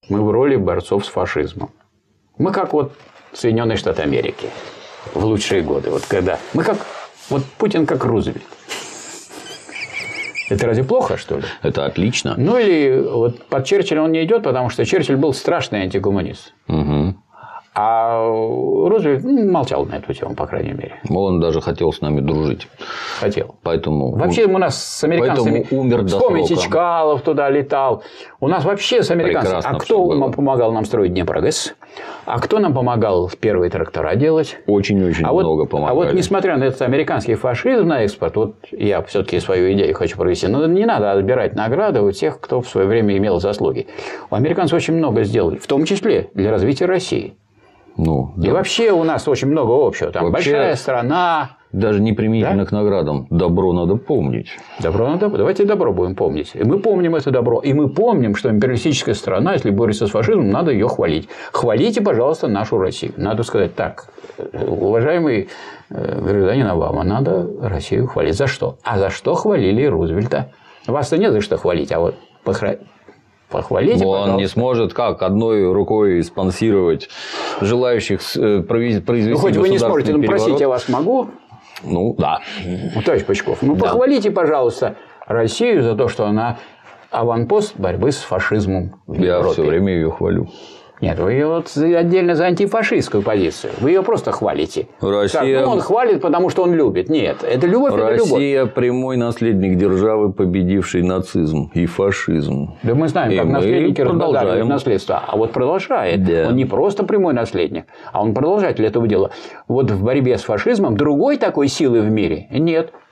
Мы в роли борцов с фашизмом. Мы как вот Соединенные Штаты Америки в лучшие годы. Вот когда мы как вот Путин как Рузвельт. Это разве плохо, что ли? Это отлично. Ну или вот под Черчилля он не идет, потому что Черчилль был страшный антикоммунист. Угу. А Рузвельт молчал на эту тему, по крайней мере. Он даже хотел с нами дружить. Хотел. Поэтому... Вообще у нас с американцами... умер до Вспомните, срока. Чкалов туда летал. У нас вообще с американцами... Прекрасно а кто помогал нам строить Днепрогэс? А кто нам помогал первые трактора делать? Очень-очень много помогали. А вот несмотря на этот американский фашизм на экспорт, вот я все-таки свою идею хочу провести. Но не надо отбирать награды у тех, кто в свое время имел заслуги. У американцев очень много сделали, в том числе для развития России. Ну, и вообще у нас очень много общего. Там вообще, большая страна. Даже не применительно к наградам. Добро надо помнить. Добро надо. Давайте добро будем помнить. И мы помним это добро. И мы помним, что империалистическая страна, если борется с фашизмом, надо ее хвалить. Хвалите, пожалуйста, нашу Россию. Надо сказать так. Уважаемый гражданин Обама, надо Россию хвалить. За что? А за что хвалили Рузвельта? Вас-то не за что хвалить, а вот похвалите, пожалуйста. Он не сможет как одной рукой спонсировать желающих произвести ну, хоть вы не сможете, но переворот. просить я вас могу. Ну, да. Товарищ Пучков, похвалите, пожалуйста, Россию за то, что она аванпост борьбы с фашизмом в Европе. Я все время ее хвалю. Нет, вы ее вот отдельно за антифашистскую позицию. Вы ее просто хвалите. Россия... Так, он хвалит, потому что он любит. Нет, это любовь, это любовь. Россия прямой наследник державы, победивший нацизм и фашизм. Да мы знаем, как наследники разбазаривают наследство. А вот продолжает. Да. Он не просто прямой наследник, а он продолжатель этого дела. Вот в борьбе с фашизмом другой такой силы в мире нет.